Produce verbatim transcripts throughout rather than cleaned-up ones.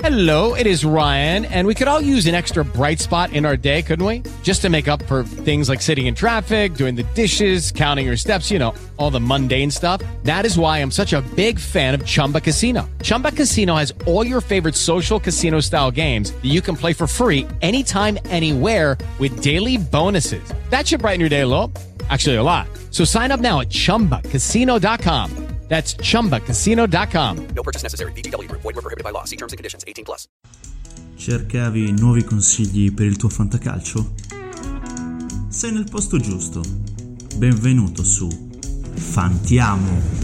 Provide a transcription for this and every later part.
Hello, it is Ryan, and we could all use an extra bright spot in our day, couldn't we? Just to make up for things like sitting in traffic, doing the dishes, counting your steps, you know, all the mundane stuff. That is why I'm such a big fan of Chumba Casino. Chumba Casino has all your favorite social casino-style games that you can play for free anytime, anywhere with daily bonuses. That should brighten your day a little. Actually, a lot. So sign up now at chumba casino dot com. That's chumba casino dot com. No purchase necessary. V G W Group. Void where prohibited by law. See terms and conditions. eighteen plus. Cercavi nuovi consigli per il tuo fantacalcio? Sei nel posto giusto. Benvenuto su Fantiamo.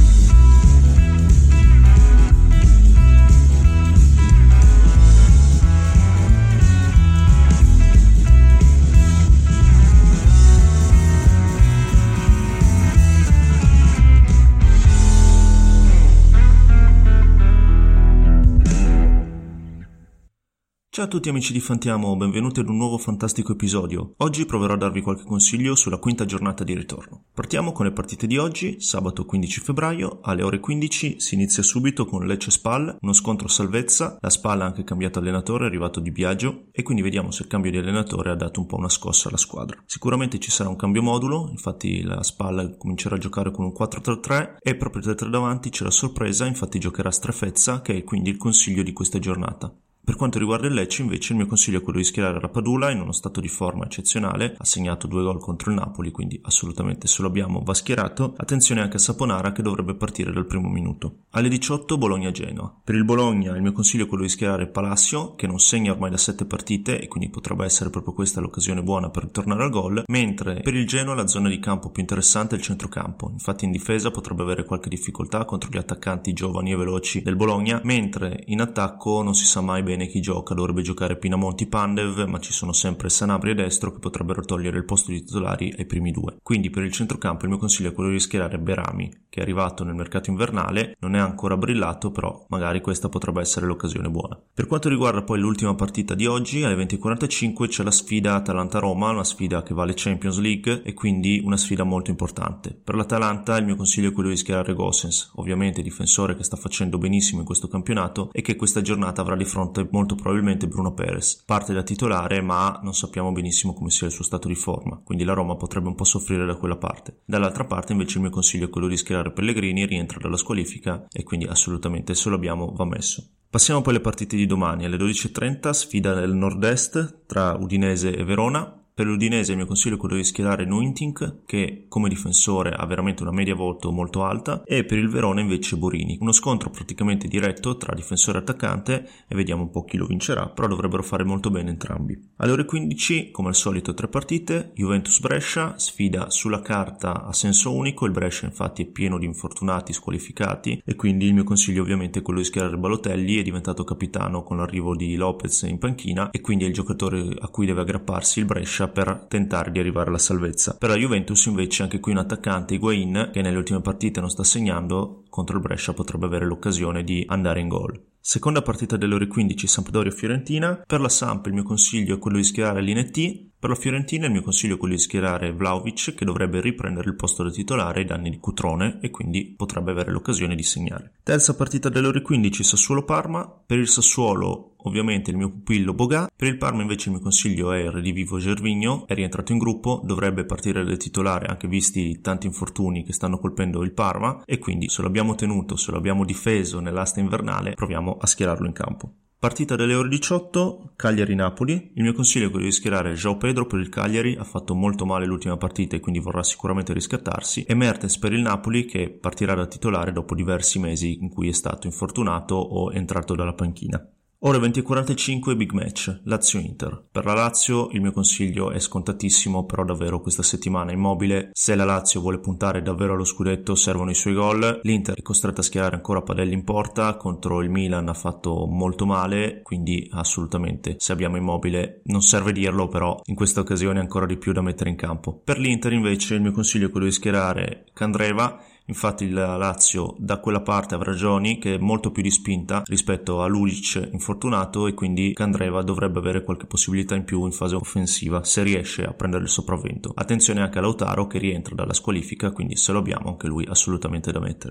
Ciao a tutti amici di Fantiamo, benvenuti ad un nuovo fantastico episodio. Oggi proverò a darvi qualche consiglio sulla quinta giornata di ritorno. Partiamo con le partite di oggi, sabato quindici febbraio, alle ore quindici si inizia subito con Lecce Spal, uno scontro salvezza, la Spal ha anche cambiato allenatore, è arrivato Di Biagio e quindi vediamo se il cambio di allenatore ha dato un po' una scossa alla squadra. Sicuramente ci sarà un cambio modulo, infatti la Spal comincerà a giocare con un quattro tre tre e proprio da tre davanti c'è la sorpresa, infatti giocherà Strefezza che è quindi il consiglio di questa giornata. Per quanto riguarda il Lecce invece il mio consiglio è quello di schierare Rapadula in uno stato di forma eccezionale, ha segnato due gol contro il Napoli quindi assolutamente se lo abbiamo va schierato, attenzione anche a Saponara che dovrebbe partire dal primo minuto. Alle diciotto Bologna-Genoa, per il Bologna il mio consiglio è quello di schierare Palacio che non segna ormai da sette partite e quindi potrebbe essere proprio questa l'occasione buona per tornare al gol, mentre per il Genoa la zona di campo più interessante è il centrocampo, infatti in difesa potrebbe avere qualche difficoltà contro gli attaccanti giovani e veloci del Bologna, mentre in attacco non si sa mai bene chi gioca, dovrebbe giocare Pinamonti Pandev ma ci sono sempre Sanabria e Destro che potrebbero togliere il posto di titolari ai primi due. Quindi per il centrocampo il mio consiglio è quello di schierare Berami che è arrivato nel mercato invernale, non è ancora brillato però magari questa potrebbe essere l'occasione buona. Per quanto riguarda poi l'ultima partita di oggi alle venti e quarantacinque c'è la sfida Atalanta-Roma, una sfida che vale Champions League e quindi una sfida molto importante. Per l'Atalanta il mio consiglio è quello di schierare Gosens, ovviamente difensore che sta facendo benissimo in questo campionato e che questa giornata avrà di fronte molto probabilmente Bruno Perez. Parte da titolare ma non sappiamo benissimo come sia il suo stato di forma, quindi la Roma potrebbe un po' soffrire da quella parte. Dall'altra parte invece il mio consiglio è quello di schierare Pellegrini, rientra dalla squalifica e quindi assolutamente se lo abbiamo va messo. Passiamo poi alle partite di domani, alle dodici e trenta sfida del nord-est tra Udinese e Verona. Per l'Udinese il mio consiglio è quello di schierare Nuintink che come difensore ha veramente una media voto molto alta e per il Verona invece Borini. Uno scontro praticamente diretto tra difensore e attaccante e vediamo un po' chi lo vincerà, però dovrebbero fare molto bene entrambi. Alle ore quindici come al solito tre partite, Juventus-Brescia, sfida sulla carta a senso unico, il Brescia infatti è pieno di infortunati squalificati e quindi il mio consiglio ovviamente è quello di schierare Balotelli, è diventato capitano con l'arrivo di Lopez in panchina e quindi è il giocatore a cui deve aggrapparsi il Brescia per tentare di arrivare alla salvezza. Per la Juventus invece anche qui un attaccante Higuain che nelle ultime partite non sta segnando, contro il Brescia potrebbe avere l'occasione di andare in gol. Seconda partita delle ore quindici Sampdoria-Fiorentina, per la Samp il mio consiglio è quello di schierare Linetti, per la Fiorentina il mio consiglio è quello di schierare Vlahovic che dovrebbe riprendere il posto da titolare ai danni di Cutrone e quindi potrebbe avere l'occasione di segnare. Terza partita delle ore quindici Sassuolo-Parma, per il Sassuolo ovviamente il mio pupillo Bogà, per il Parma invece il mio consiglio è il redivivo Gervinho, è rientrato in gruppo, dovrebbe partire da titolare anche visti tanti infortuni che stanno colpendo il Parma e quindi se lo abbiamo tenuto, se lo abbiamo difeso nell'asta invernale proviamo a schierarlo in campo. Partita delle ore diciotto, Cagliari-Napoli. Il mio consiglio è quello di schierare João Pedro per il Cagliari, ha fatto molto male l'ultima partita e quindi vorrà sicuramente riscattarsi, e Mertens per il Napoli che partirà da titolare dopo diversi mesi in cui è stato infortunato o entrato dalla panchina. Ore venti e quarantacinque big match, Lazio-Inter. Per la Lazio il mio consiglio è scontatissimo, però davvero questa settimana è immobile. Se la Lazio vuole puntare davvero allo scudetto servono i suoi gol. L'Inter è costretta a schierare ancora Padelli in porta, contro il Milan ha fatto molto male, quindi assolutamente se abbiamo Immobile non serve dirlo, però in questa occasione ancora di più da mettere in campo. Per l'Inter invece il mio consiglio è quello di schierare Candreva. Infatti il Lazio da quella parte avrà ragioni che è molto più di spinta rispetto a Lulic infortunato e quindi Candreva dovrebbe avere qualche possibilità in più in fase offensiva se riesce a prendere il sopravvento. Attenzione anche a Lautaro che rientra dalla squalifica, quindi se lo abbiamo anche lui assolutamente da mettere.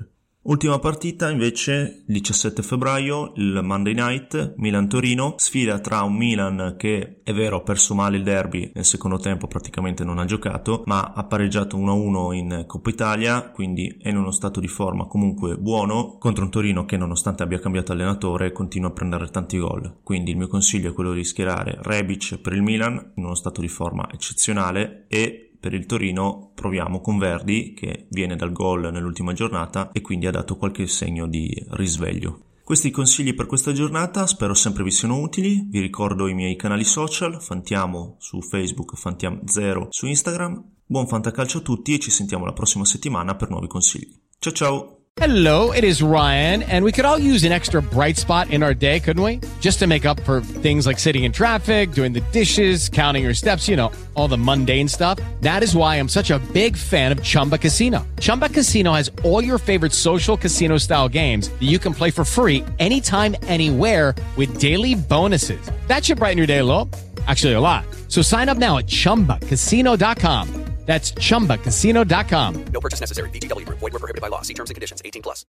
Ultima partita invece il diciassette febbraio, il Monday Night, Milan-Torino, sfida tra un Milan che è vero ha perso male il derby, nel secondo tempo praticamente non ha giocato, ma ha pareggiato uno a uno in Coppa Italia, quindi è in uno stato di forma comunque buono, contro un Torino che nonostante abbia cambiato allenatore continua a prendere tanti gol. Quindi il mio consiglio è quello di schierare Rebic per il Milan in uno stato di forma eccezionale e per il Torino proviamo con Verdi che viene dal gol nell'ultima giornata e quindi ha dato qualche segno di risveglio. Questi consigli per questa giornata spero sempre vi siano utili. Vi ricordo i miei canali social, Fantiamo su Facebook, Fantiam zero su Instagram. Buon fantacalcio a tutti e ci sentiamo la prossima settimana per nuovi consigli. Ciao ciao! Hello, it is Ryan, and we could all use an extra bright spot in our day, couldn't we? Just to make up for things like sitting in traffic, doing the dishes, counting your steps, you know, all the mundane stuff. That is why I'm such a big fan of Chumba Casino. Chumba Casino has all your favorite social casino-style games that you can play for free anytime, anywhere with daily bonuses. That should brighten your day a little. Actually, a lot. So sign up now at chumba casino dot com. That's chumba casino dot com. No purchase necessary. V G W Group. Void where prohibited by law. See terms and conditions. eighteen plus.